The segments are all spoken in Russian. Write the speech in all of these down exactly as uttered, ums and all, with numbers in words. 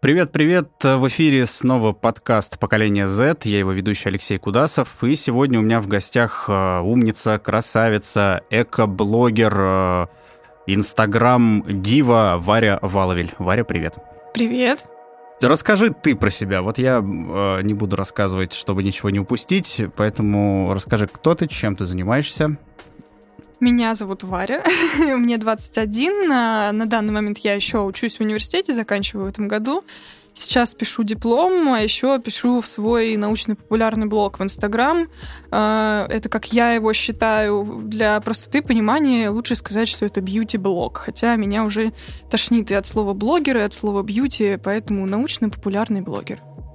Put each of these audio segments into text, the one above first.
Привет-привет! В эфире снова подкаст «Поколение Z». Я его ведущий Алексей Кудасов. И сегодня у меня в гостях умница, красавица, эко-блогер, инстаграм-дива Варя Валовель. Варя, привет! Привет! Расскажи ты про себя. Вот я э, не буду рассказывать, чтобы ничего не упустить, поэтому расскажи, кто ты, чем ты занимаешься. Меня зовут Варя, мне двадцать один, на, на данный момент я еще учусь в университете, заканчиваю в этом году. Сейчас пишу диплом, а еще пишу в свой научно-популярный блог в Инстаграм. Это, как я его считаю, для простоты понимания лучше сказать, что это бьюти-блог. Хотя меня уже тошнит и от слова блогер, и от слова бьюти, поэтому научно-популярный блогер.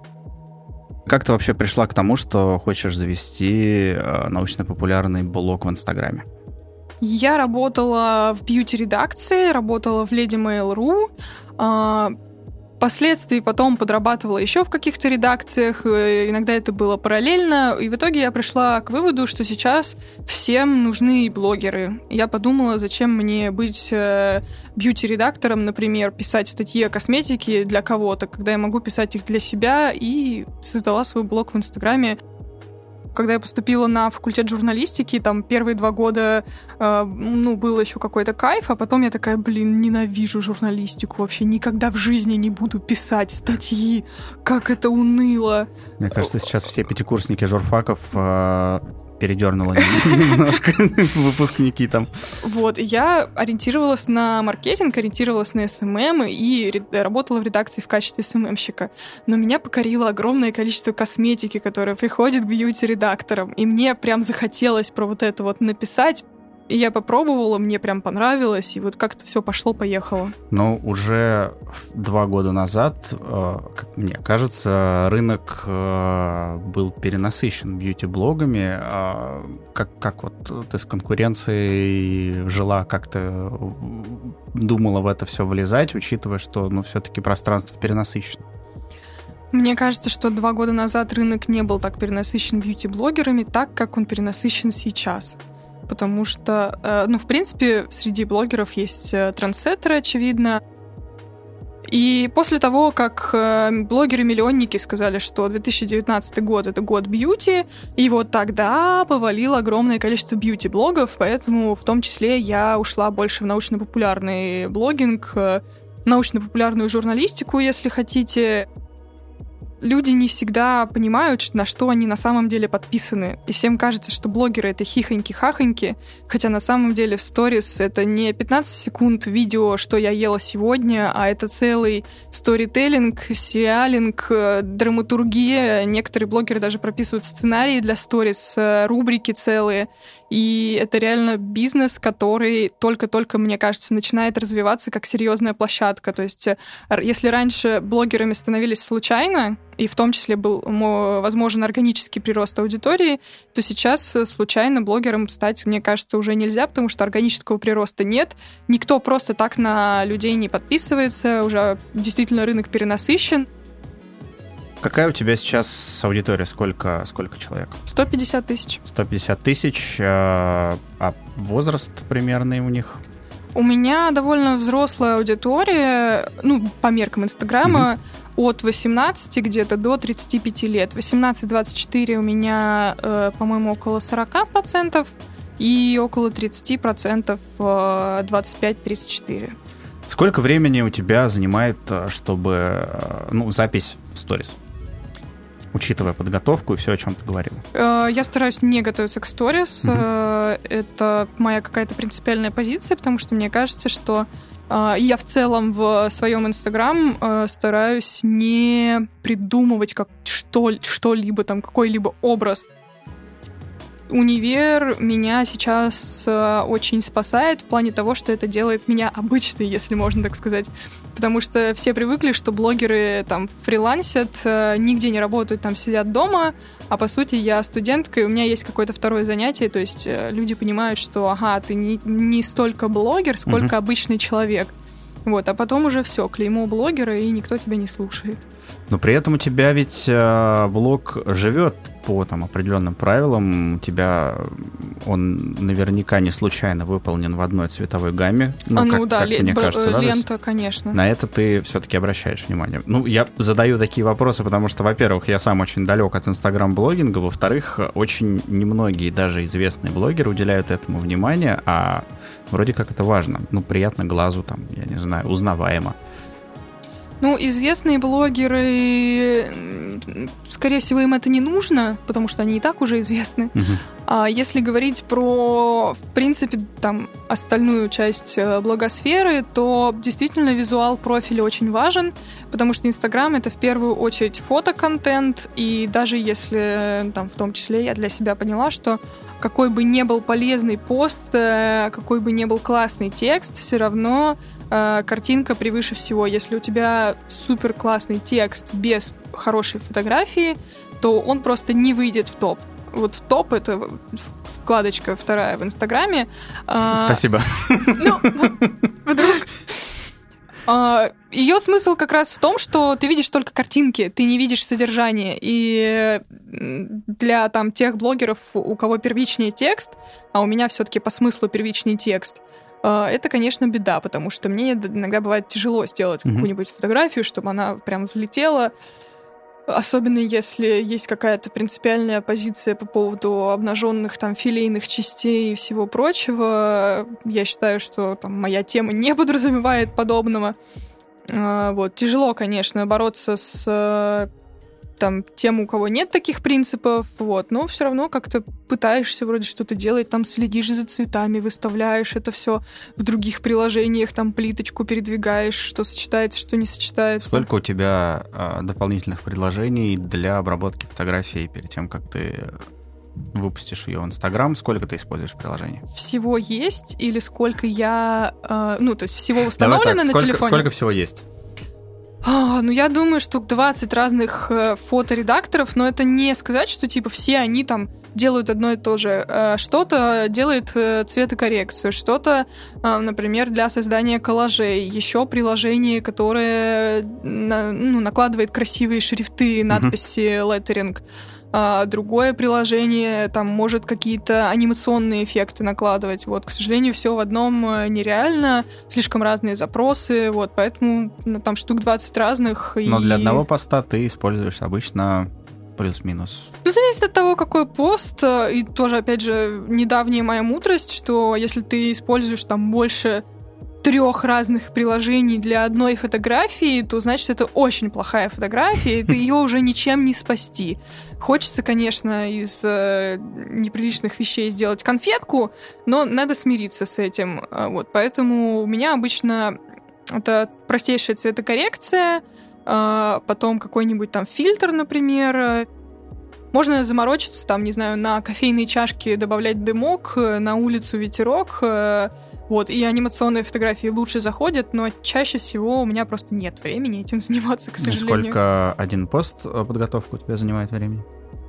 Как ты вообще пришла к тому, что хочешь завести научно-популярный блог в Инстаграме? Я работала в бьюти-редакции, работала в Lady Mail точка ру. Впоследствии потом подрабатывала еще в каких-то редакциях, иногда это было параллельно, и в итоге я пришла к выводу, что сейчас всем нужны блогеры. Я подумала, зачем мне быть бьюти-редактором, например, писать статьи о косметике для кого-то, когда я могу писать их для себя, и создала свой блог в Инстаграме. Когда я поступила на факультет журналистики, там первые два года э, ну, был еще какой-то кайф, а потом я такая, блин, ненавижу журналистику, вообще никогда в жизни не буду писать статьи, как это уныло. Мне кажется, сейчас все пятикурсники журфаков э, передернуло немножко, выпускники там. Вот, я ориентировалась на маркетинг, ориентировалась на эс эм эм и работала в редакции в качестве эс эм эм-щика. Но меня покорило огромное количество косметики, которое приходит к бьюти-редакторам. И мне прям захотелось про вот это вот написать. И я попробовала, мне прям понравилось, и вот как-то все пошло-поехало. Но уже два года назад, как мне кажется, рынок был перенасыщен бьюти-блогами. Как, как вот ты с конкуренцией жила, как ты думала в это все влезать, учитывая, что ну, все-таки пространство перенасыщено? Мне кажется, что два года назад рынок не был так перенасыщен бьюти-блогерами, так, как он перенасыщен сейчас. Потому что, ну, в принципе, среди блогеров есть трендсеттеры, очевидно. И после того, как блогеры-миллионники сказали, что две тысячи девятнадцатый год — это год бьюти, и вот тогда повалило огромное количество бьюти-блогов, поэтому в том числе я ушла больше в научно-популярный блогинг, научно-популярную журналистику, если хотите. Люди не всегда понимают, на что они на самом деле подписаны. И всем кажется, что блогеры — это хихоньки-хахоньки, хотя на самом деле в сторис это не пятнадцать секунд видео, что я ела сегодня, а это целый сторителлинг, сериалинг, драматургия. Некоторые блогеры даже прописывают сценарии для сторис, рубрики целые. И это реально бизнес, который только-только, мне кажется, начинает развиваться как серьезная площадка. То есть если раньше блогерами становились случайно, и в том числе был возможен органический прирост аудитории, то сейчас случайно блогером стать, мне кажется, уже нельзя, потому что органического прироста нет. Никто просто так на людей не подписывается, уже действительно рынок перенасыщен. Какая у тебя сейчас аудитория? Сколько, сколько человек? сто пятьдесят тысяч. сто пятьдесят тысяч. А возраст примерный у них? У меня довольно взрослая аудитория, ну, по меркам Инстаграма, mm-hmm. от восемнадцати где-то до тридцати пяти лет. восемнадцать-двадцать четыре у меня, э, по-моему, около сорок процентов, и около тридцать процентов э, двадцать пять тридцать четыре. Сколько времени у тебя занимает, чтобы, ну, запись в сторис? Учитывая подготовку и все, о чем ты говорила. Я стараюсь не готовиться к сторис. Mm-hmm. Это моя какая-то принципиальная позиция, потому что мне кажется, что я в целом в своем Инстаграм стараюсь не придумывать как что, что-либо, там, какой-либо образ. Универ меня сейчас очень спасает в плане того, что это делает меня обычной, если можно так сказать. Потому что все привыкли, что блогеры там фрилансят, нигде не работают, там сидят дома, а по сути я студентка, и у меня есть какое-то второе занятие, то есть люди понимают, что ага, ты не, не столько блогер, сколько uh-huh. обычный человек. Вот, а потом уже все, клеймо блогера, и никто тебя не слушает. Но при этом у тебя ведь э, блог живет по там, определенным правилам. У тебя он наверняка не случайно выполнен в одной цветовой гамме. Ну, а, ну как, да, как ле- мне б- кажется, да, лента, конечно. На это ты все-таки обращаешь внимание. Ну, я задаю такие вопросы, потому что, во-первых, я сам очень далек от инстаграм-блогинга, во-вторых, очень немногие, даже известные блогеры уделяют этому внимание, а вроде как это важно. Ну, приятно глазу, там, я не знаю, узнаваемо. Ну, известные блогеры, скорее всего, им это не нужно, потому что они и так уже известны. Угу. А если говорить про, в принципе, там, остальную часть блогосферы, то действительно визуал профиля очень важен, потому что Инстаграм — это в первую очередь фотоконтент, и даже если, там, в том числе, я для себя поняла, что какой бы ни был полезный пост, какой бы ни был классный текст, все равно э, картинка превыше всего. Если у тебя супер классный текст без хорошей фотографии, то он просто не выйдет в топ. Вот в топ — это вкладочка вторая в Инстаграме. Спасибо. Ну, вдруг... Ее смысл как раз в том, что ты видишь только картинки, ты не видишь содержание. И для там, тех блогеров, у кого первичный текст, а у меня все-таки по смыслу первичный текст, это, конечно, беда, потому что мне иногда бывает тяжело сделать mm-hmm. какую-нибудь фотографию, чтобы она прям взлетела. Особенно если есть какая-то принципиальная позиция по поводу обнаженных там филейных частей и всего прочего. Я считаю, что там моя тема не подразумевает подобного. Вот. Тяжело, конечно, бороться с там, тем, у кого нет таких принципов, вот, но все равно как-то пытаешься вроде что-то делать, там следишь за цветами, выставляешь это все в других приложениях, там плиточку передвигаешь, что сочетается, что не сочетается. Сколько у тебя э, дополнительных предложений для обработки фотографий перед тем, как ты выпустишь ее в Инстаграм? Сколько ты используешь приложений? Всего есть или сколько я... Э, ну, то есть всего установлено так, на сколько, телефоне? Сколько всего есть? А, ну, я думаю, штук двадцать разных э, фоторедакторов, но это не сказать, что, типа, все они там делают одно и то же. Э, что-то делает э, цветокоррекцию, что-то, э, например, для создания коллажей, еще приложение, которое на, ну, накладывает красивые шрифты, надписи, леттеринг. А другое приложение там может какие-то анимационные эффекты накладывать. Вот, к сожалению, все в одном нереально, слишком разные запросы, вот, поэтому ну, там штук двадцать разных. Но и... для одного поста ты используешь обычно плюс-минус. Ну, зависит от того, какой пост, и тоже, опять же, недавняя моя мудрость, что если ты используешь там больше трех разных приложений для одной фотографии, то значит, это очень плохая фотография, и ты ее уже ничем не спасти. Хочется, конечно, из э, неприличных вещей сделать конфетку, но надо смириться с этим. Вот, поэтому у меня обычно это простейшая цветокоррекция, э, потом какой-нибудь там фильтр, например. Можно заморочиться, там, не знаю, на кофейные чашки добавлять дымок, на улицу ветерок. Э, Вот, и анимационные фотографии лучше заходят, но чаще всего у меня просто нет времени этим заниматься, к сожалению. Сколько один пост подготовка у тебя занимает времени?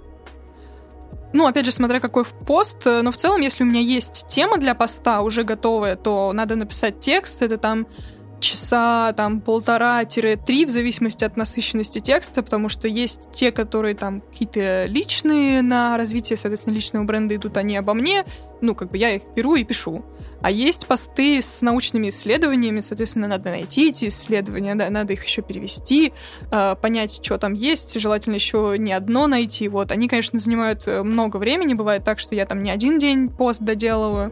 Ну, опять же, смотря какой пост, но в целом, если у меня есть тема для поста уже готовая, то надо написать текст, это там часа там полтора-три, в зависимости от насыщенности текста, потому что есть те, которые там какие-то личные на развитие, соответственно, личного бренда идут, они обо мне, ну, как бы я их беру и пишу. А есть посты с научными исследованиями, соответственно, надо найти эти исследования, да, надо их еще перевести, э, понять, что там есть, желательно еще не одно найти. Вот, они, конечно, занимают много времени, бывает так, что я там не один день пост доделываю.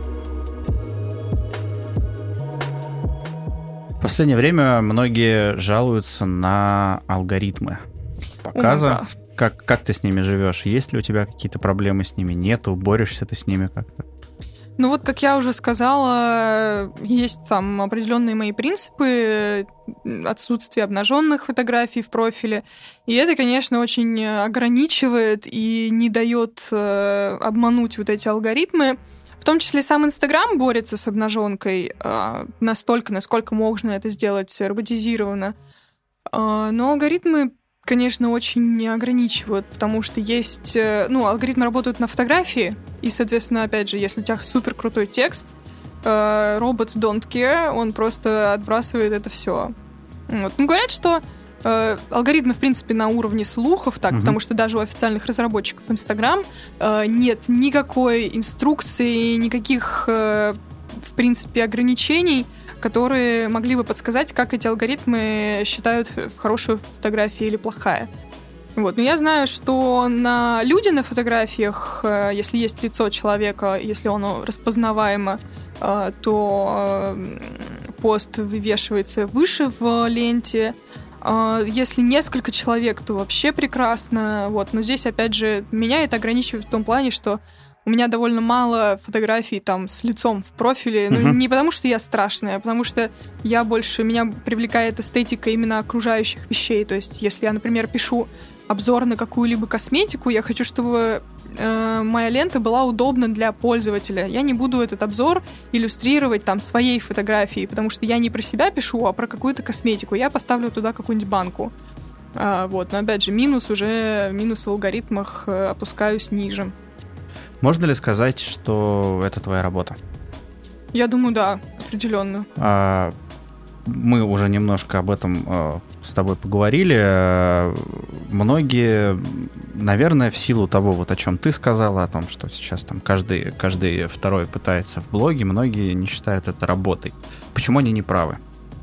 В последнее время многие жалуются на алгоритмы показа. О, да. Как, как ты с ними живешь? Есть ли у тебя какие-то проблемы с ними? Нету? Борешься ты с ними как-то? Ну вот, как я уже сказала, есть там определенные мои принципы, отсутствие обнаженных фотографий в профиле, и это, конечно, очень ограничивает и не дает э, обмануть вот эти алгоритмы. В том числе сам Инстаграм борется с обнаженкой э, настолько, насколько можно это сделать роботизированно. Э, но алгоритмы, конечно, очень не ограничивают, потому что есть... Ну, алгоритмы работают на фотографии, и, соответственно, опять же, если у тебя супер крутой текст, э, робот don't care, он просто отбрасывает это все. Вот. Ну, говорят, что э, алгоритмы, в принципе, на уровне слухов, так, угу. потому что даже у официальных разработчиков Инстаграм э, нет никакой инструкции, никаких, э, в принципе, ограничений, которые могли бы подсказать, как эти алгоритмы считают хорошую фотографию или плохая. Вот. Но я знаю, что на люди на фотографиях, э, если есть лицо человека, если оно распознаваемо, э, то э, пост вывешивается выше в ленте. Э, если несколько человек, то вообще прекрасно. Вот. Но здесь, опять же, меня это ограничивает в том плане, что у меня довольно мало фотографий там с лицом в профиле. Uh-huh. Ну, не потому, что я страшная, а потому что я больше... Меня привлекает эстетика именно окружающих вещей. То есть, если я, например, пишу обзор на какую-либо косметику, я хочу, чтобы э, моя лента была удобна для пользователя. Я не буду этот обзор иллюстрировать там своей фотографией, потому что я не про себя пишу, а про какую-то косметику. Я поставлю туда какую-нибудь банку. А, вот. Но опять же, минус уже, минус в алгоритмах, э, опускаюсь ниже. Можно ли сказать, что это твоя работа? Я думаю, да, определенно. А, мы уже немножко об этом э, с тобой поговорили. Э, многие, наверное, в силу того, вот о чем ты сказала, о том, что сейчас там каждый, каждый второй пытается в блоге, многие не считают это работой. Почему они не правы?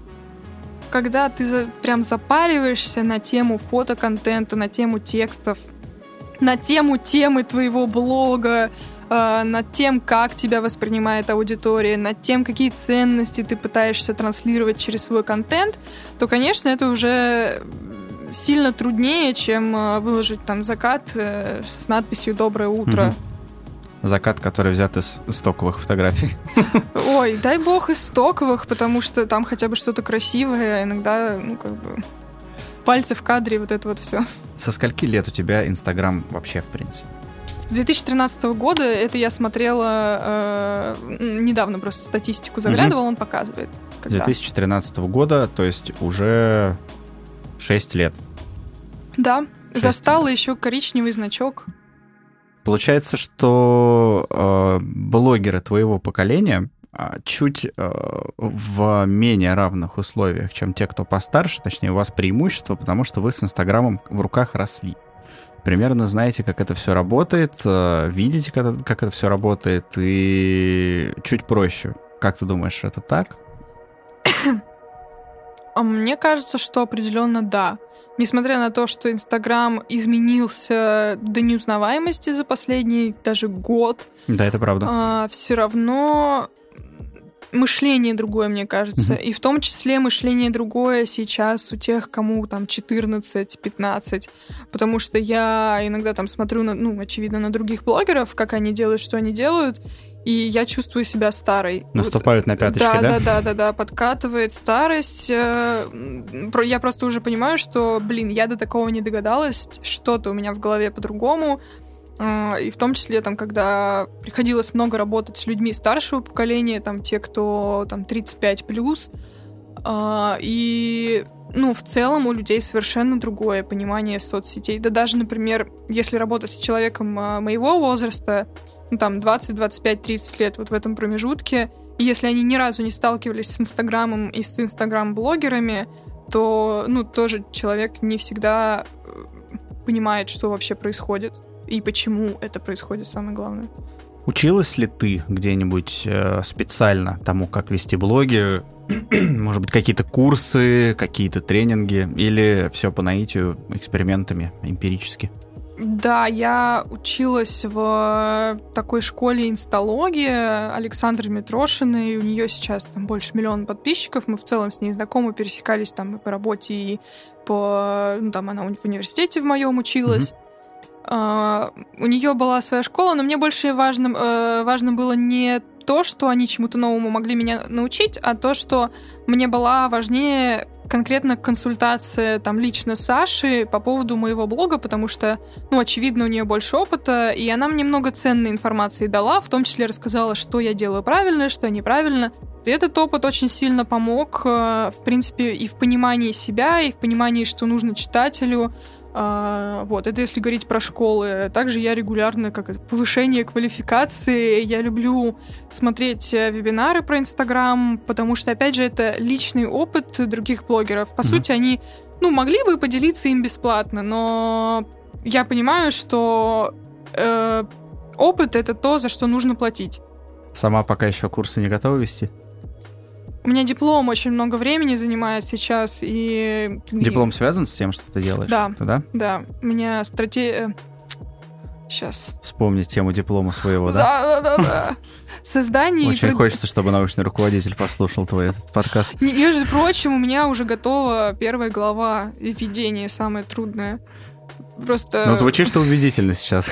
Когда ты за, прям запариваешься на тему фотоконтента, на тему текстов, на тему темы твоего блога, э, над тем, как тебя воспринимает аудитория, над тем, какие ценности ты пытаешься транслировать через свой контент, то, конечно, это уже сильно труднее, чем выложить там закат э, с надписью «Доброе утро». Угу. Закат, который взят из стоковых фотографий. Ой, дай бог из стоковых, потому что там хотя бы что-то красивое, а иногда, ну, как бы, пальцы в кадре, вот это вот все. Со скольки лет у тебя Инстаграм вообще, в принципе? С две тысячи тринадцатого года, это я смотрела, э, недавно просто статистику заглядывала, mm-hmm. он показывает. С две тысячи тринадцатого года, то есть уже шесть лет. Да, застала еще коричневый значок. Получается, что э, блогеры твоего поколения э, чуть э, в менее равных условиях, чем те, кто постарше, точнее, у вас преимущество, потому что вы с Инстаграмом в руках росли. Примерно знаете, как это все работает, э, видите, как, как это все работает, и чуть проще. Как ты думаешь, это так? Мне кажется, что определенно да. Несмотря на то, что Инстаграм изменился до неузнаваемости за последний даже год. Да, это правда. А, все равно мышление другое, мне кажется. Uh-huh. И в том числе мышление другое сейчас у тех, кому там четырнадцать-пятнадцать. Потому что я иногда там смотрю, на, ну, очевидно, на других блогеров, как они делают, что они делают, и я чувствую себя старой. Наступают вот, на пяточки, да? Да, да, да, да, да, подкатывает старость. Я просто уже понимаю, что, блин, я до такого не догадалась, что-то у меня в голове по-другому. И в том числе, там, когда приходилось много работать с людьми старшего поколения, там, те, кто там тридцать пять плюс, и, ну, в целом у людей совершенно другое понимание соцсетей. Да даже, например, если работать с человеком моего возраста, ну, там, двадцать, двадцать пять, тридцать лет, вот в этом промежутке, и если они ни разу не сталкивались с Инстаграмом и с Инстаграм-блогерами, то, ну, тоже человек не всегда понимает, что вообще происходит и почему это происходит, самое главное. Училась ли ты где-нибудь э, специально тому, как вести блоги? Может быть, какие-то курсы, какие-то тренинги? Или все по наитию, экспериментами, эмпирически? Да, я училась в такой школе инсталогии Александры Митрошиной. У нее сейчас там больше миллиона подписчиков. Мы в целом с ней знакомы, пересекались там и по работе, и по... Ну, там она в университете в моем училась. Mm-hmm. Uh, у нее была своя школа, но мне больше важно, uh, важно было не то, что они чему-то новому могли меня научить, а то, что мне была важнее конкретно консультация там лично Саши по поводу моего блога, потому что, ну, очевидно, у нее больше опыта, и она мне много ценной информации дала, в том числе рассказала, что я делаю правильно, что неправильно. И этот опыт очень сильно помог, в принципе, и в понимании себя, и в понимании, что нужно читателю. А, вот, это если говорить про школы. Также я регулярно, как это, повышение квалификации. Я люблю смотреть вебинары про Инстаграм, потому что, опять же, это личный опыт других блогеров. По mm-hmm. сути, они, ну, могли бы поделиться им бесплатно, но я понимаю, что э, опыт — это то, за что нужно платить. Сама пока еще курсы не готова вести? У меня диплом очень много времени занимает сейчас, и... Диплом связан с тем, что ты делаешь? Да, ты, да? да. У меня стратегия... Сейчас. Вспомнить тему диплома своего, да? Да, да, да, да. Создание... Очень и... хочется, чтобы научный руководитель послушал твой этот подкаст. Между прочим, у меня уже готова первая глава введения, самое трудное. Просто... Ну, звучит, что убедительно сейчас.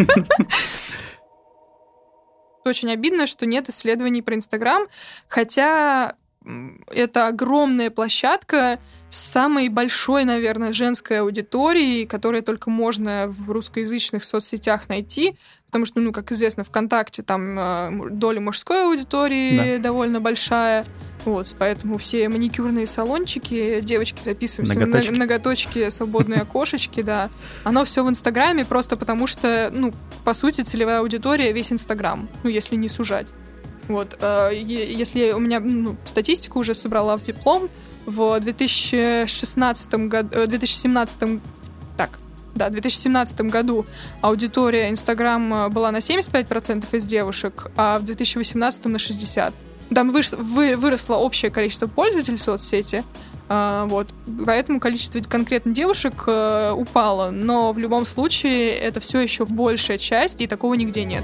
Очень обидно, что нет исследований про Инстаграм, хотя это огромная площадка с самой большой, наверное, женской аудиторией, которую только можно в русскоязычных соцсетях найти, потому что, ну, как известно, ВКонтакте там доля мужской аудитории да. довольно большая, вот, поэтому все маникюрные салончики, девочки записываемся, ноготочки, на, ноготочки свободные окошечки, да, оно все в Инстаграме, просто потому что, ну, по сути, целевая аудитория весь Инстаграм, ну, если не сужать. Вот, если у меня, ну, статистику уже собрала в диплом, в две тысячи шестнадцатом году, две тысячи семнадцатом, так, да, в две тысячи семнадцатом году аудитория Инстаграм была на семьдесят пять процентов из девушек, а в две тысячи восемнадцатом на шестьдесят процентов. Там выросло общее количество пользователей соцсети, вот, поэтому количество конкретно девушек упало, но в любом случае это все еще большая часть, и такого нигде нет.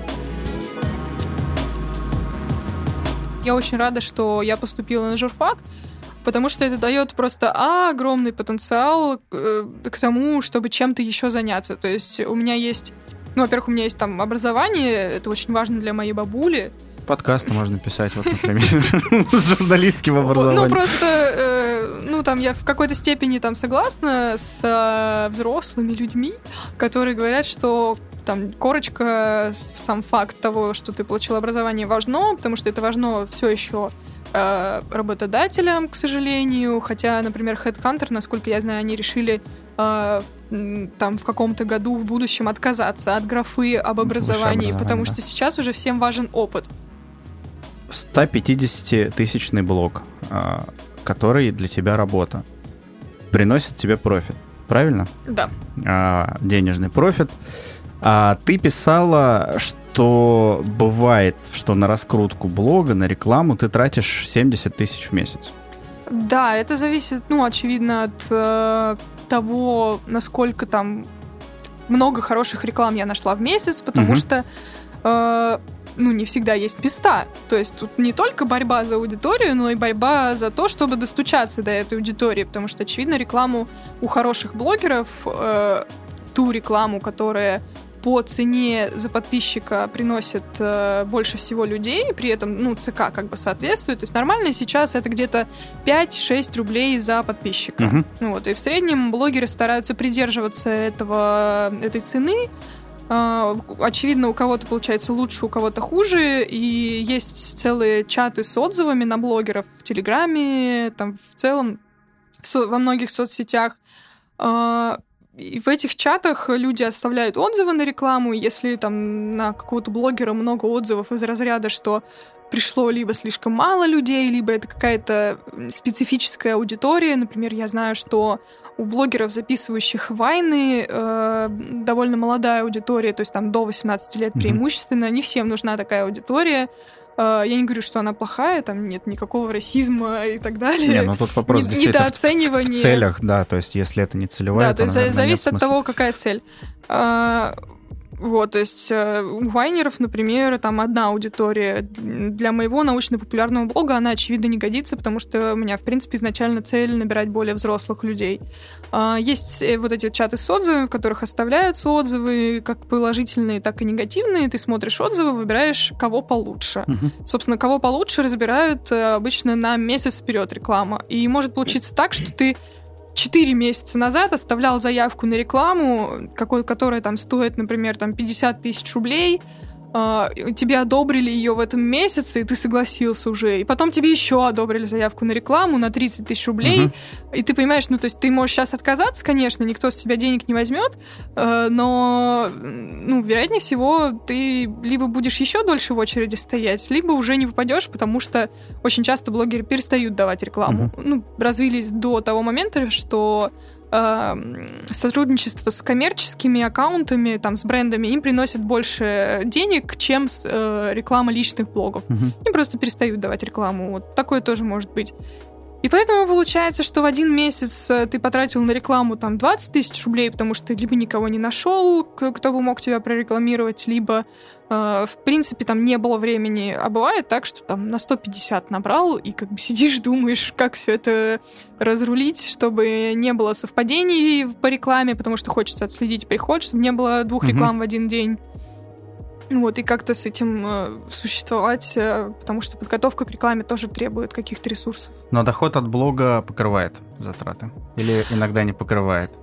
Я очень рада, что я поступила на журфак, потому что это дает просто а, огромный потенциал э, к тому, чтобы чем-то еще заняться. То есть у меня есть, ну, во-первых, у меня есть там образование, это очень важно для моей бабули. Подкасты можно писать, вот, например, с журналистским образованием. Ну, просто, э, ну, там, я в какой-то степени там согласна с э, взрослыми людьми, которые говорят, что там корочка, сам факт того, что ты получил образование, важно, потому что это важно все еще э, работодателям, к сожалению, хотя, например, HeadHunter, насколько я знаю, они решили э, там в каком-то году в будущем отказаться от графы об образовании, потому да. что сейчас уже всем важен опыт. сто пятидесятитысячный блог, э, который для тебя работа, приносит тебе профит, правильно? Да. Э, денежный профит. А ты писала, что бывает, что на раскрутку блога, на рекламу ты тратишь семьдесят тысяч в месяц. Да, это зависит, ну, очевидно, от э, того, насколько там много хороших реклам я нашла в месяц, потому угу. что, э, ну, не всегда есть места. То есть тут не только борьба за аудиторию, но и борьба за то, чтобы достучаться до этой аудитории, потому что, очевидно, рекламу у хороших блогеров, э, ту рекламу, которая по цене за подписчика приносит э, больше всего людей, при этом, ну, ЦК как бы соответствует. То есть нормально сейчас это где-то пять-шесть рублей за подписчика. Uh-huh. Вот. И в среднем блогеры стараются придерживаться этого, этой цены. Э, очевидно, у кого-то получается лучше, у кого-то хуже. И есть целые чаты с отзывами на блогеров в Телеграме, там в целом со- во многих соцсетях. Э, И в этих чатах люди оставляют отзывы на рекламу. Если там на какого-то блогера много отзывов из разряда, что пришло либо слишком мало людей, либо это какая-то специфическая аудитория. Например, я знаю, что у блогеров, записывающих вайны, э, довольно молодая аудитория, то есть там до восемнадцати лет преимущественно. Не всем нужна такая аудитория. Я не говорю, что она плохая, там нет никакого расизма и так далее. Не, ну тут вопрос не, недооценивание. В, в целях, да, то есть если это не целевая, да, то, то есть зависит от того, какая цель. Вот, то есть у вайнеров, например, там одна аудитория. Для моего научно-популярного блога она, очевидно, не годится, потому что у меня, в принципе, изначально цель набирать более взрослых людей. Есть вот эти чаты с отзывами, в которых оставляются отзывы, как положительные, так и негативные. Ты смотришь отзывы, выбираешь, кого получше. Uh-huh. Собственно, кого получше разбирают обычно на месяц вперед реклама. И может получиться так, что ты четыре месяца назад оставлял заявку на рекламу, какой, которая там стоит, например, там пятьдесят тысяч рублей, тебе одобрили ее в этом месяце, и ты согласился уже, и потом тебе еще одобрили заявку на рекламу на тридцать тысяч рублей, угу. и ты понимаешь, ну, то есть ты можешь сейчас отказаться, конечно, никто с тебя денег не возьмет, но, ну, вероятнее всего, ты либо будешь еще дольше в очереди стоять, либо уже не попадешь, потому что очень часто блогеры перестают давать рекламу. Угу. Ну, развились до того момента, что сотрудничество с коммерческими аккаунтами, там, с брендами, им приносит больше денег, чем с, э, реклама личных блогов. Uh-huh. Им просто перестают давать рекламу. Вот такое тоже может быть. И поэтому получается, что в один месяц ты потратил на рекламу там двадцать тысяч рублей, потому что ты либо никого не нашел, кто бы мог тебя прорекламировать, либо э, в принципе там не было времени. А бывает так, что там на сто пятьдесят набрал, и как бы сидишь, думаешь, как все это разрулить, чтобы не было совпадений по рекламе, потому что хочется отследить приход, чтобы не было двух uh-huh. реклам в один день. Вот, и как-то с этим э, существовать, э, потому что подготовка к рекламе тоже требует каких-то ресурсов. Но доход от блога покрывает затраты? Или иногда не покрывает?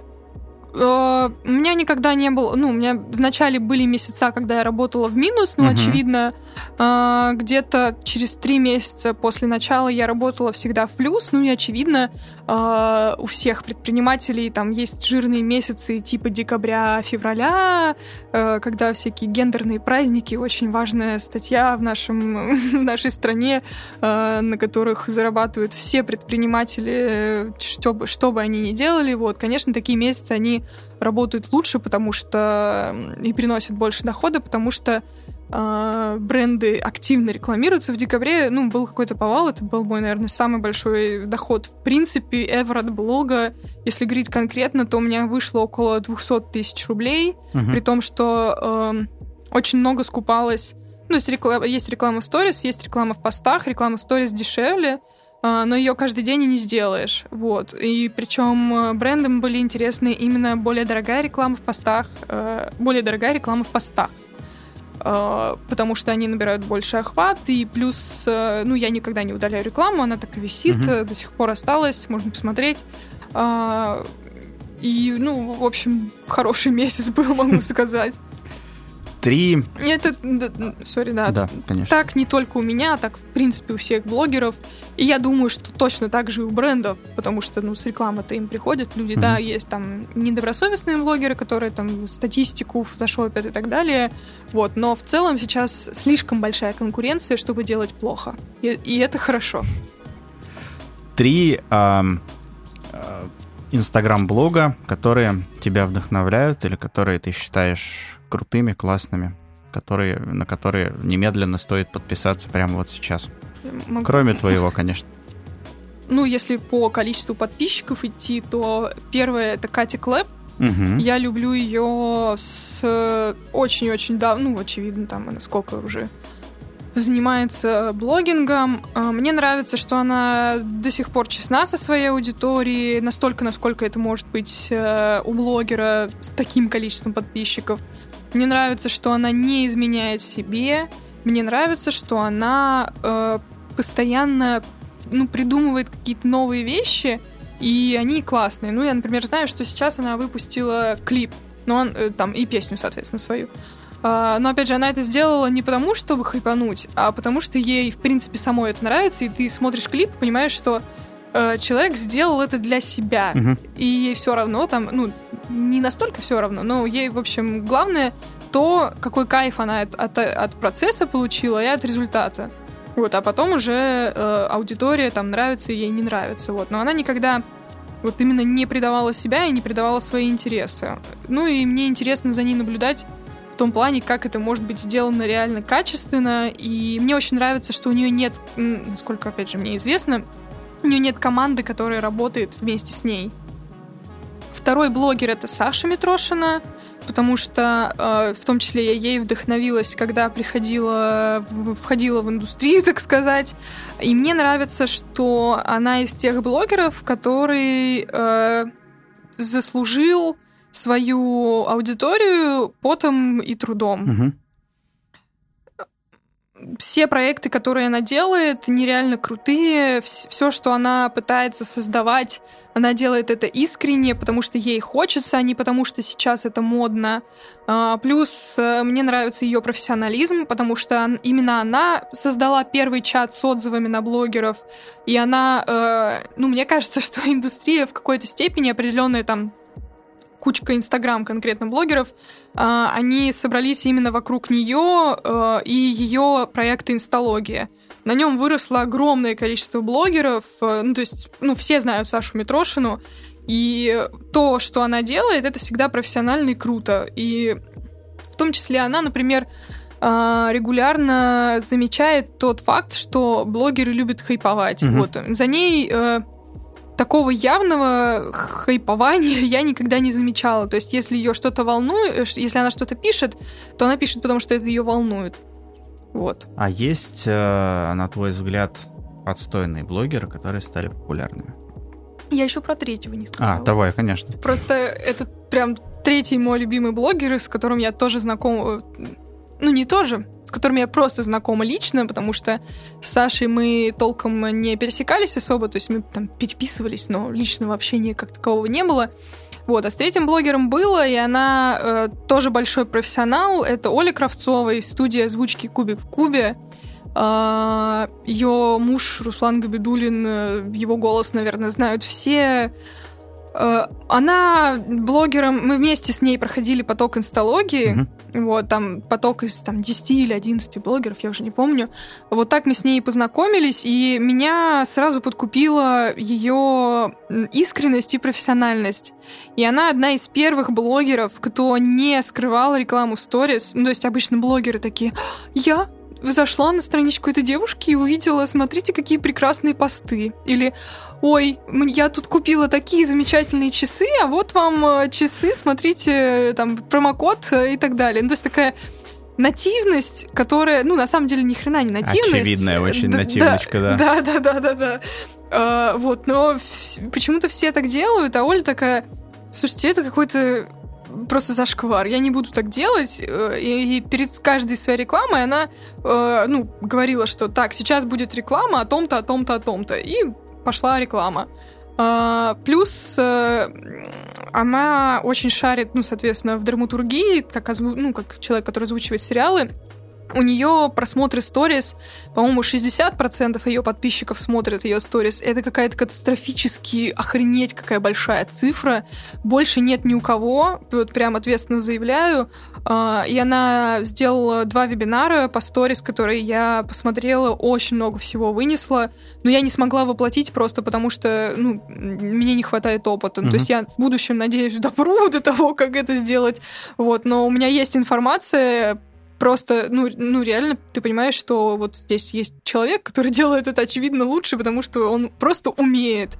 Uh, у меня никогда не было... Ну, у меня вначале были месяца, когда я работала в минус, но, uh-huh. очевидно, uh, где-то через три месяца после начала я работала всегда в плюс. Ну и, очевидно, uh, у всех предпринимателей там есть жирные месяцы типа декабря-февраля, uh, когда всякие гендерные праздники, очень важная статья в, нашем, в нашей стране, uh, на которых зарабатывают все предприниматели, что бы, что бы они ни делали. Вот, конечно, такие месяцы, они работают лучше, потому что и приносят больше дохода, потому что э, бренды активно рекламируются. В декабре, ну, был какой-то повал, это был мой, наверное, самый большой доход в принципе ever от блога. Если говорить конкретно, то у меня вышло около двести тысяч рублей, uh-huh. при том, что э, очень много скупалось. Ну, есть реклама, есть реклама в сторис, есть реклама в постах, реклама в сторис дешевле, но ее каждый день и не сделаешь. Вот. И причем брендам были интересны именно более дорогая реклама в постах, более дорогая реклама в постах, потому что они набирают больше охват, и плюс, ну, я никогда не удаляю рекламу, она так и висит, uh-huh. до сих пор осталась, можно посмотреть. И, ну, в общем, хороший месяц был, могу сказать. Три... Это, сори, да, да, конечно. Так не только у меня, а так, в принципе, у всех блогеров. И я думаю, что точно так же и у брендов, потому что, ну, с рекламы-то им приходят люди, mm-hmm. да, есть там недобросовестные блогеры, которые там статистику фотошопят и так далее, вот, но в целом сейчас слишком большая конкуренция, чтобы делать плохо, и, и это хорошо. Три э, э, инстаграм-блога, которые тебя вдохновляют или которые ты считаешь крутыми, классными, которые, на которые немедленно стоит подписаться прямо вот сейчас. Могу... Кроме твоего, конечно. Ну, если по количеству подписчиков идти, то первое — это Катя Клэп. Угу. Я люблю ее с очень-очень давно, ну, очевидно, там она сколько уже занимается блогингом. Мне нравится, что она до сих пор честна со своей аудиторией, настолько, насколько это может быть у блогера с таким количеством подписчиков. Мне нравится, что она не изменяет себе. Мне нравится, что она э, постоянно, ну, придумывает какие-то новые вещи, и они классные. Ну, я, например, знаю, что сейчас она выпустила клип, но он, э, там, и песню, соответственно, свою. Uh, но, опять же, она это сделала не потому, чтобы хайпануть, а потому что ей, в принципе, самой это нравится, и ты смотришь клип, понимаешь, что uh, человек сделал это для себя, uh-huh. и ей все равно, там, ну, не настолько все равно, но ей, в общем, главное то, какой кайф она от, от, от процесса получила и от результата. Вот, а потом уже uh, аудитория там нравится, ей не нравится, вот. Но она никогда вот именно не предавала себя и не предавала свои интересы. Ну, и мне интересно за ней наблюдать в том плане, как это может быть сделано реально качественно. И мне очень нравится, что у нее нет, насколько, опять же, мне известно, у нее нет команды, которая работает вместе с ней. Второй блогер — это Саша Митрошина, потому что э, в том числе я ей вдохновилась, когда приходила, входила в индустрию, так сказать. И мне нравится, что она из тех блогеров, который э, заслужил свою аудиторию потом и трудом. Угу. все проекты, которые она делает, нереально крутые. Все, что она пытается создавать, она делает это искренне, потому что ей хочется, а не потому что сейчас это модно. Плюс мне нравится ее профессионализм, потому что именно она создала первый чат с отзывами на блогеров, и она, ну, мне кажется, что индустрия в какой-то степени определенная там кучка Инстаграм конкретно блогеров, они собрались именно вокруг нее и ее проекта «Инсталогия». На нем выросло огромное количество блогеров, ну, то есть, ну, все знают Сашу Митрошину, и то, что она делает, это всегда профессионально и круто. И в том числе она, например, регулярно замечает тот факт, что блогеры любят хайповать. Mm-hmm. Вот. За ней такого явного хайпования я никогда не замечала. То есть, если ее что-то волнует, если она что-то пишет, то она пишет, потому что это ее волнует. Вот. А есть, на твой взгляд, отстойные блогеры, которые стали популярными? Я еще про третьего не сказала. А, давай, конечно. Просто это прям третий мой любимый блогер, с которым я тоже знакома. Ну, не тоже, с которым я просто знакома лично, потому что с Сашей мы толком не пересекались особо, то есть мы там переписывались, но личного общения как такового не было. Вот, а с третьим блогером было, и она э, тоже большой профессионал, это Оля Кравцова из студии озвучки «Кубик в кубе». Э, ее муж Руслан Габидуллин, его голос, наверное, знают все. Э, она блогером, мы вместе с ней проходили поток инсталогии, mm-hmm. Вот, там поток из там, десяти или одиннадцати блогеров, я уже не помню. Вот так мы с ней познакомились, и меня сразу подкупила ее искренность и профессиональность. И она одна из первых блогеров, кто не скрывал рекламу сторис. Ну, то есть обычно блогеры такие: я зашла на страничку этой девушки и увидела, смотрите, какие прекрасные посты. Или: ой, я тут купила такие замечательные часы, а вот вам часы, смотрите, там, промокод и так далее. Ну, то есть такая нативность, которая, ну, на самом деле, ни хрена не нативность. Очевидная очень да, нативночка, да. Да, да, да, да, да. А, вот, но почему-то все так делают, а Оля такая: слушайте, это какой-то просто зашквар, я не буду так делать. И, и перед каждой своей рекламой она, э, ну, говорила, что так, сейчас будет реклама о том-то, о том-то, о том-то. И пошла реклама. А, плюс а, она очень шарит, ну, соответственно, в драматургии, как, озву... ну, как человек, который озвучивает сериалы. У нее просмотры сторис, по-моему, шестьдесят процентов ее подписчиков смотрят ее сторис. Это какая-то катастрофически охренеть какая большая цифра. Больше нет ни у кого, вот прям ответственно заявляю. И она сделала два вебинара по сторис, которые я посмотрела, очень много всего вынесла. Но я не смогла воплотить просто потому, что, ну, мне не хватает опыта. Mm-hmm. То есть я в будущем, надеюсь, допру до того, как это сделать. Вот. Но у меня есть информация. Просто, ну, ну, реально, ты понимаешь, что вот здесь есть человек, который делает это, очевидно, лучше, потому что он просто умеет.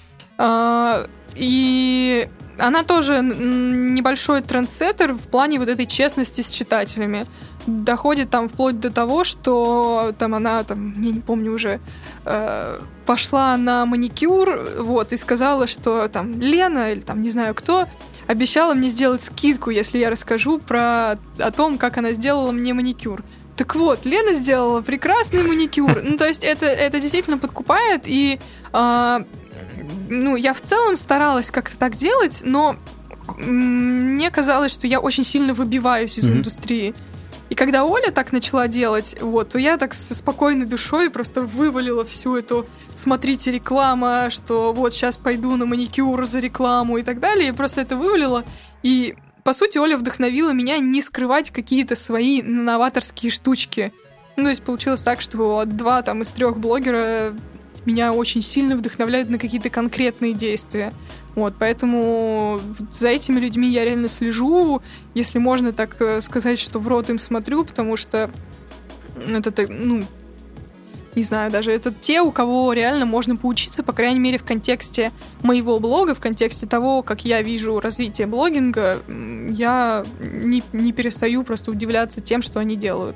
А, и она тоже небольшой трендсеттер в плане вот этой честности с читателями. Доходит там вплоть до того, что там она, там, я не помню уже, э, пошла на маникюр, вот, и сказала, что там Лена или там не знаю кто обещала мне сделать скидку, если я расскажу про о том, как она сделала мне маникюр. Так вот, Лена сделала прекрасный маникюр. Ну, то есть это, это действительно подкупает, и э, ну, я в целом старалась как-то так делать, но мне казалось, что я очень сильно выбиваюсь из mm-hmm. индустрии. И когда Оля так начала делать, вот, то я так со спокойной душой просто вывалила всю эту «смотрите, реклама», что вот сейчас пойду на маникюр за рекламу и так далее, и просто это вывалила. И, по сути, Оля вдохновила меня не скрывать какие-то свои новаторские штучки. Ну, то есть получилось так, что два там из трех блогера меня очень сильно вдохновляют на какие-то конкретные действия. Вот, поэтому за этими людьми я реально слежу, если можно так сказать, что в рот им смотрю, потому что это, ну, не знаю, даже это те, у кого реально можно поучиться, по крайней мере, в контексте моего блога, в контексте того, как я вижу развитие блогинга, я не, не перестаю просто удивляться тем, что они делают.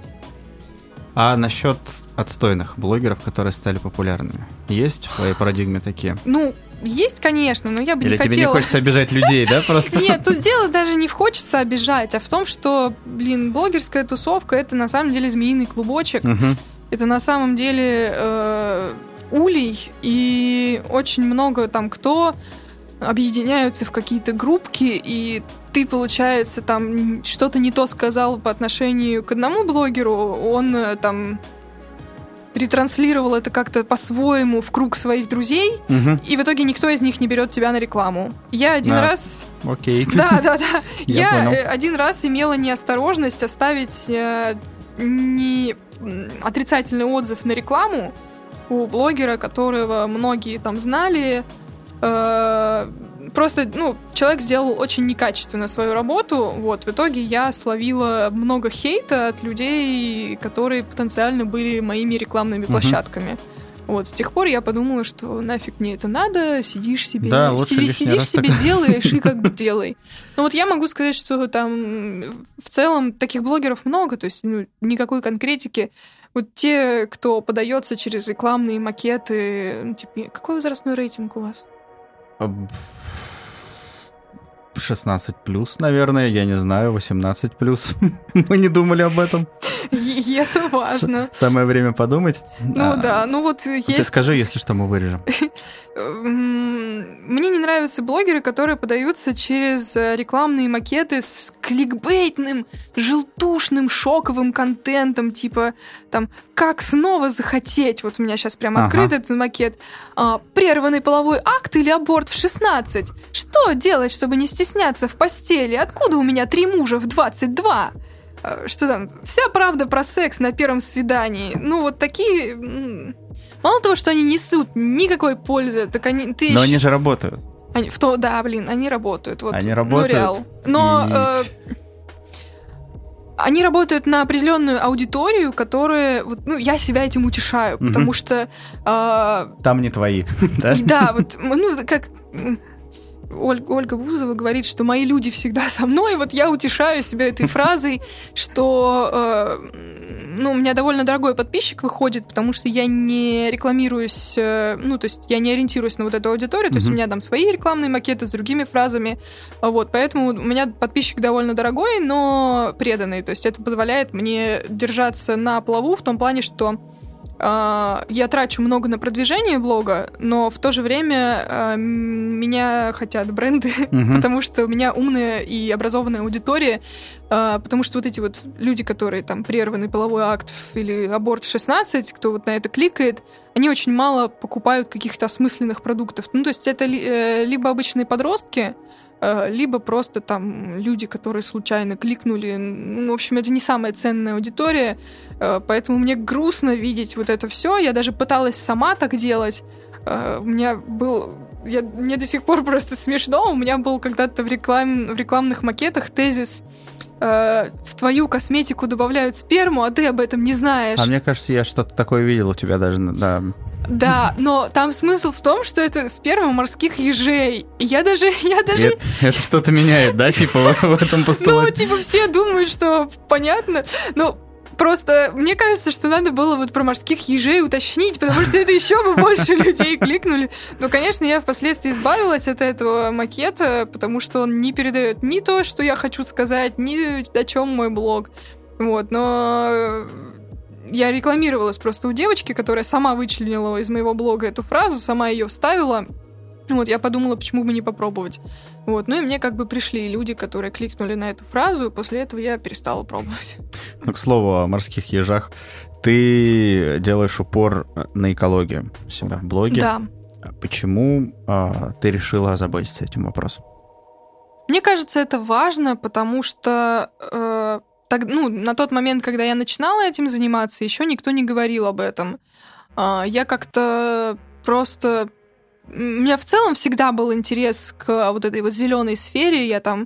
А насчет отстойных блогеров, которые стали популярными, есть в твоей парадигме такие? Ну, есть, конечно, но я бы Или не хотела... тебе не хочется обижать людей, да, просто? Нет, тут дело даже не в хочется обижать, а в том, что, блин, блогерская тусовка — это на самом деле змеиный клубочек. Угу. Это на самом деле э, улей, и очень много там кто объединяются в какие-то группки, и ты, получается, там что-то не то сказал по отношению к одному блогеру, он там ретранслировал это как-то по-своему в круг своих друзей, угу. и в итоге никто из них не берет тебя на рекламу. Я один да. раз... Окей. Да, да, да. Я, Я Я один раз имела неосторожность оставить э, не отрицательный отзыв на рекламу у блогера, которого многие там знали. Э, просто, ну, человек сделал очень некачественно свою работу. Вот, в итоге я словила много хейта от людей, которые потенциально были моими рекламными uh-huh. площадками. Вот, с тех пор я подумала, что нафиг мне это надо, сидишь себе, да, себе сидишь себе, так... делаешь и как бы делай. Ну вот я могу сказать, что там в целом таких блогеров много, то есть ну, никакой конкретики. Вот те, кто подается через рекламные макеты, ну, типа, какой возрастной рейтинг у вас? шестнадцать плюс, наверное, я не знаю, восемнадцать плюс. Мы не думали об этом. И это важно. С- самое время подумать. Ну а, да, ну вот есть... Ты скажи, если что, мы вырежем. Мне не нравятся блогеры, которые подаются через рекламные макеты с кликбейтным, желтушным, шоковым контентом, типа там «Как снова захотеть?» Вот у меня сейчас прям ага. открыт этот макет. А, «Прерванный половой акт или аборт в шестнадцать? Что делать, чтобы не стесняться в постели? Откуда у меня три мужа в двадцать два?» Что там? Вся правда про секс на первом свидании. Ну, вот такие... Мало того, что они несут никакой пользы, так они... Ты Но еще... они же работают. Они, в то, да, блин, они работают. Вот, они работают. Ну, реал. Но... И... Э, они работают на определенную аудиторию, которая... Вот, ну, я себя этим утешаю, угу. потому что... Э, Там не твои, да? Да, вот, ну, как... Ольга, Ольга Бузова говорит, что мои люди всегда со мной. Вот я утешаю себя этой фразой, что э, ну, у меня довольно дорогой подписчик выходит, потому что я не рекламируюсь, э, ну, то есть я не ориентируюсь на вот эту аудиторию, то есть mm-hmm. у меня там свои рекламные макеты с другими фразами, вот, поэтому у меня подписчик довольно дорогой, но преданный, то есть это позволяет мне держаться на плаву в том плане, что я трачу много на продвижение блога, но в то же время э, меня хотят бренды, uh-huh. потому что у меня умная и образованная аудитория, э, потому что вот эти вот люди, которые там прерванный половой акт или аборт в шестнадцать, кто вот на это кликает, они очень мало покупают каких-то осмысленных продуктов. Ну, то есть это ли, э, либо обычные подростки, э, либо просто там люди, которые случайно кликнули. Ну, в общем, это не самая ценная аудитория, поэтому мне грустно видеть вот это все. Я даже пыталась сама так делать. У меня был... Я, мне до сих пор просто смешно. У меня был когда-то в, реклам, в рекламных макетах тезис «В твою косметику добавляют сперму, а ты об этом не знаешь». А мне кажется, я что-то такое видел у тебя даже, да. Да, но там смысл в том, что это сперма морских ежей. И я даже... Я даже... Это, это что-то меняет, да, типа в, в этом постулате? Ну, типа все думают, что понятно. Но просто мне кажется, что надо было вот про морских ежей уточнить, потому что это еще бы больше людей кликнули. Но, конечно, я впоследствии избавилась от этого макета, потому что он не передает ни то, что я хочу сказать, ни о чем мой блог. Вот, но я рекламировалась просто у девочки, которая сама вычленила из моего блога эту фразу, сама ее вставила. Вот, я подумала, почему бы не попробовать. Вот, ну и мне как бы пришли люди, которые кликнули на эту фразу, и после этого я перестала пробовать. Ну, к слову о морских ежах, ты делаешь упор на экологию у себя в блоге. Да. Почему а, ты решила озаботиться этим вопросом? Мне кажется, это важно, потому что э, так, ну, на тот момент, когда я начинала этим заниматься, еще никто не говорил об этом. Э, я как-то просто... У меня в целом всегда был интерес к вот этой вот зеленой сфере. Я там,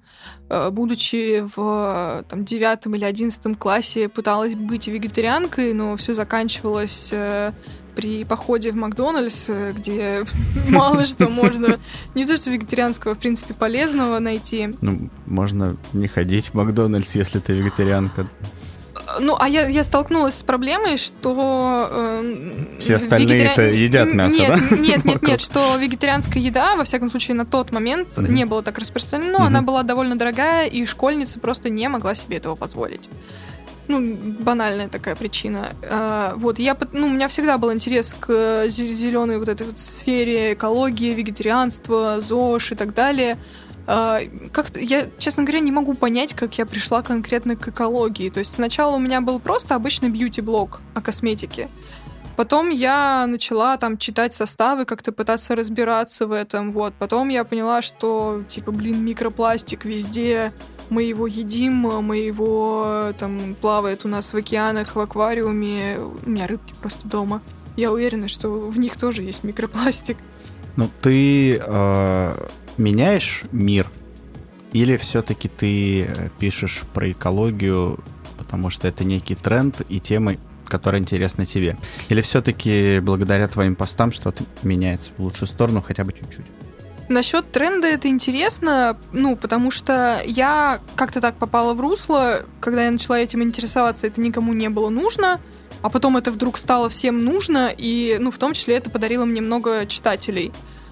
будучи в там, девятом или одиннадцатом классе, пыталась быть вегетарианкой, но все заканчивалось при походе в Макдональдс, где мало что можно, не то что вегетарианского, в принципе, полезного найти. Ну, можно не ходить в Макдональдс, если ты вегетарианка. Ну, а я, я столкнулась с проблемой, что... Э, Все остальные-то вегетари... едят мясо, нет, да? Нет, нет, нет, что вегетарианская еда, во всяком случае, на тот момент mm-hmm. не была так распространена, mm-hmm. она была довольно дорогая, и школьница просто не могла себе этого позволить. Ну, банальная такая причина. А, вот, я, ну, у меня всегда был интерес к зеленой вот этой вот сфере экологии, вегетарианства, ЗОЖ и так далее. Как-то я, честно говоря, не могу понять, как я пришла конкретно к экологии. То есть сначала у меня был просто обычный бьюти-блог о косметике. Потом я начала там читать составы, как-то пытаться разбираться в этом. Вот. Потом я поняла, что, типа, блин, микропластик везде, мы его едим, мы его там плавает у нас в океанах, в аквариуме. У меня рыбки просто дома. Я уверена, что в них тоже есть микропластик. Ну, ты... Э... меняешь мир? Или все-таки ты пишешь про экологию, потому что это некий тренд и темы, которые интересны тебе? Или все-таки благодаря твоим постам что-то меняется в лучшую сторону хотя бы чуть-чуть? Насчет тренда это интересно, ну, потому что я как-то так попала в русло, когда я начала этим интересоваться, это никому не было нужно, а потом это вдруг стало всем нужно, и, ну, в том числе это подарило мне много читателей.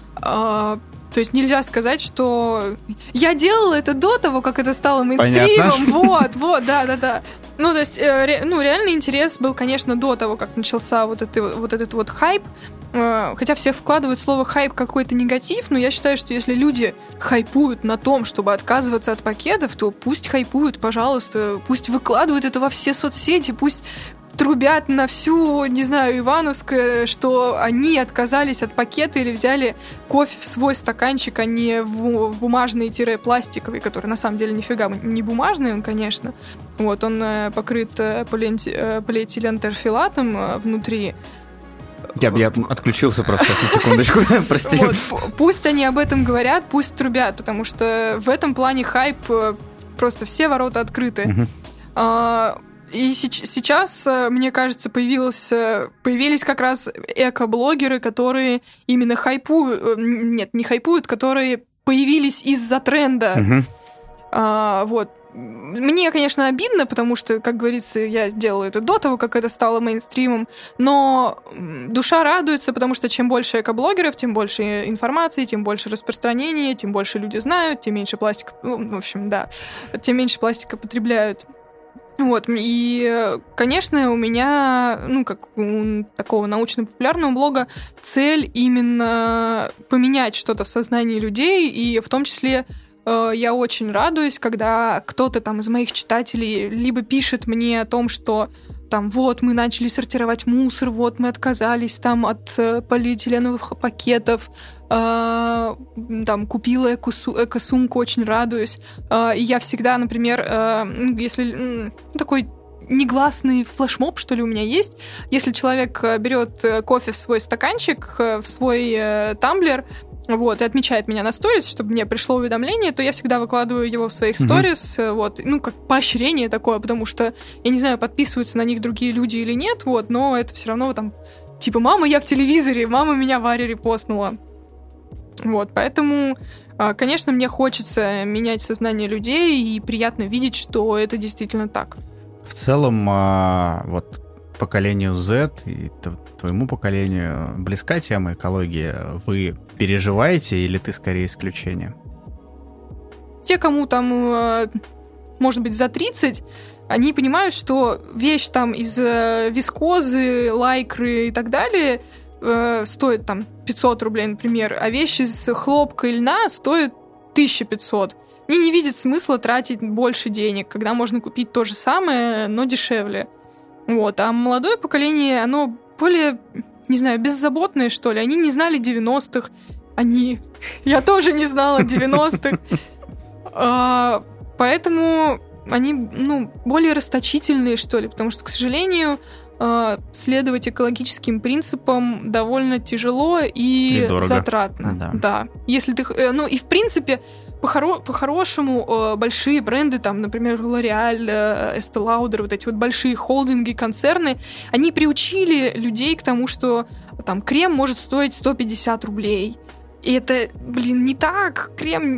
То есть нельзя сказать, что я делала это до того, как это стало мейнстримом. Вот, вот, да-да-да. Ну, то есть, э, ре, ну, реальный интерес был, конечно, до того, как начался вот, это, вот этот вот хайп. Э, хотя все вкладывают слово хайп какой-то негатив, но я считаю, что если люди хайпуют на том, чтобы отказываться от пакетов, то пусть хайпуют, пожалуйста, пусть выкладывают это во все соцсети, пусть трубят на всю, не знаю, Ивановское, что они отказались от пакета или взяли кофе в свой стаканчик, а не в бумажный-пластиковый, который на самом деле нифига не бумажный, он, конечно. Вот, он покрыт полиэтилентерфилатом внутри. Я, я отключился просто на секундочку, прости. Вот, пусть они об этом говорят, пусть трубят, потому что в этом плане хайп просто все ворота открыты. Uh-huh. И сейчас, мне кажется, появилось, появились как раз эко-блогеры, которые именно хайпуют, нет, не хайпуют, которые появились из-за тренда. Uh-huh. А, вот. Мне, конечно, обидно, потому что, как говорится, я делала это до того, как это стало мейнстримом, но душа радуется, потому что чем больше эко-блогеров, тем больше информации, тем больше распространения, тем больше люди знают, тем меньше пластика, ну, в общем, да, тем меньше пластика потребляют. Вот, и, конечно, у меня, ну, как у такого научно-популярного блога, цель именно поменять что-то в сознании людей, и в том числе э, я очень радуюсь, когда кто-то там из моих читателей либо пишет мне о том, что там, вот, мы начали сортировать мусор, вот, мы отказались там от э, полиэтиленовых пакетов, э, там, купила эко-су- эко-сумку, очень радуюсь. Э, и я всегда, например, э, если э, такой негласный флешмоб, что ли, у меня есть, если человек берет кофе в свой стаканчик, в свой э, тамблер, вот, и отмечает меня на сторис, чтобы мне пришло уведомление, то я всегда выкладываю его в своих сторис, mm-hmm. вот, ну, как поощрение такое, потому что, я не знаю, подписываются на них другие люди или нет, вот, но это все равно там, типа, мама, я в телевизоре, мама меня Варя репостнула. Вот, поэтому, конечно, мне хочется менять сознание людей, и приятно видеть, что это действительно так. В целом, вот, поколению Z и твоему поколению близка тема экологии? Вы переживаете или ты скорее исключение? Те, кому там, может быть, за тридцать, они понимают, что вещь там из вискозы, лайкры и так далее стоит там пятьсот рублей, например, а вещь из хлопка и льна стоит тысяча пятьсот. Они не видят смысла тратить больше денег, когда можно купить то же самое, но дешевле. Вот. А молодое поколение, оно более, не знаю, беззаботное, что ли. Они не знали девяностых. Они... Я тоже не знала девяностых. А, поэтому они, ну, более расточительные, что ли. Потому что, к сожалению, следовать экологическим принципам довольно тяжело и, и затратно. Да. Да. Если ты... Ну, и в принципе... По-хоро- по-хорошему, большие бренды, там, например, L'Oréal, Estée Lauder, вот эти вот большие холдинги, концерны, они приучили людей к тому, что там крем может стоить сто пятьдесят рублей. И это, блин, не так. Крем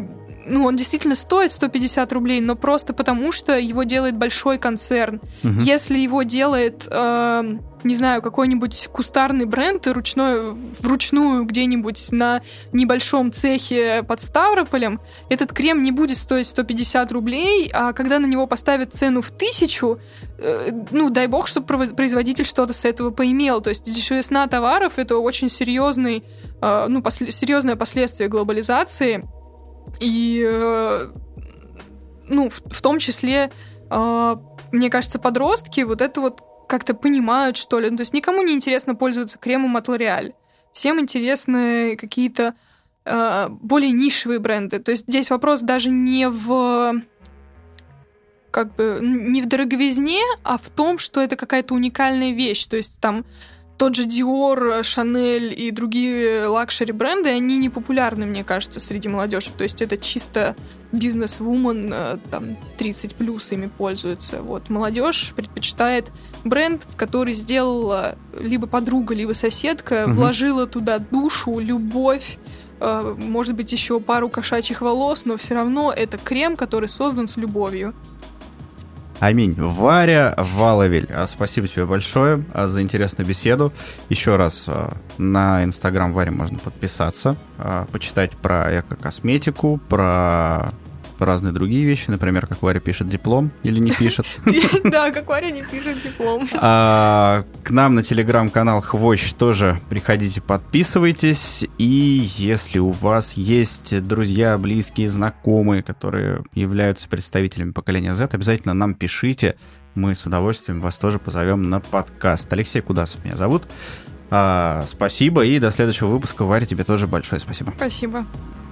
ну, он действительно стоит сто пятьдесят рублей, но просто потому, что его делает большой концерн. Угу. Если его делает, э, не знаю, какой-нибудь кустарный бренд ручной, вручную где-нибудь на небольшом цехе под Ставрополем, этот крем не будет стоить сто пятьдесят рублей, а когда на него поставят цену в тысячу, э, ну, дай бог, чтобы производитель что-то с этого поимел. То есть дешевизна товаров — это очень серьезный, э, ну, после, серьезное последствие глобализации. И, э, ну, в, в том числе, э, мне кажется, подростки вот это вот как-то понимают, что ли. Ну, то есть никому не интересно пользоваться кремом от L'Oréal. Всем интересны какие-то э, более нишевые бренды. То есть здесь вопрос даже не в, как бы, не в дороговизне, а в том, что это какая-то уникальная вещь. То есть там тот же Dior, Chanel и другие лакшери-бренды, они не популярны, мне кажется, среди молодежи. То есть это чисто бизнес-вумен, там, тридцать плюс ими пользуется. Вот. Молодежь предпочитает бренд, который сделала либо подруга, либо соседка, угу. вложила туда душу, любовь, э, может быть, еще пару кошачьих волос, но все равно это крем, который создан с любовью. Аминь. Варя Валовель, спасибо тебе большое за интересную беседу. Еще раз, на Инстаграм Вари можно подписаться, почитать про эко-косметику, про разные другие вещи, например, как Варя пишет диплом или не пишет. Да, как Варя не пишет диплом. К нам на телеграм-канал Хвощ тоже приходите, подписывайтесь. И если у вас есть друзья, близкие, знакомые, которые являются представителями поколения Z, обязательно нам пишите. Мы с удовольствием вас тоже позовем на подкаст. Алексей Кудасов меня зовут. Спасибо и до следующего выпуска. Варя, тебе тоже большое спасибо. Спасибо.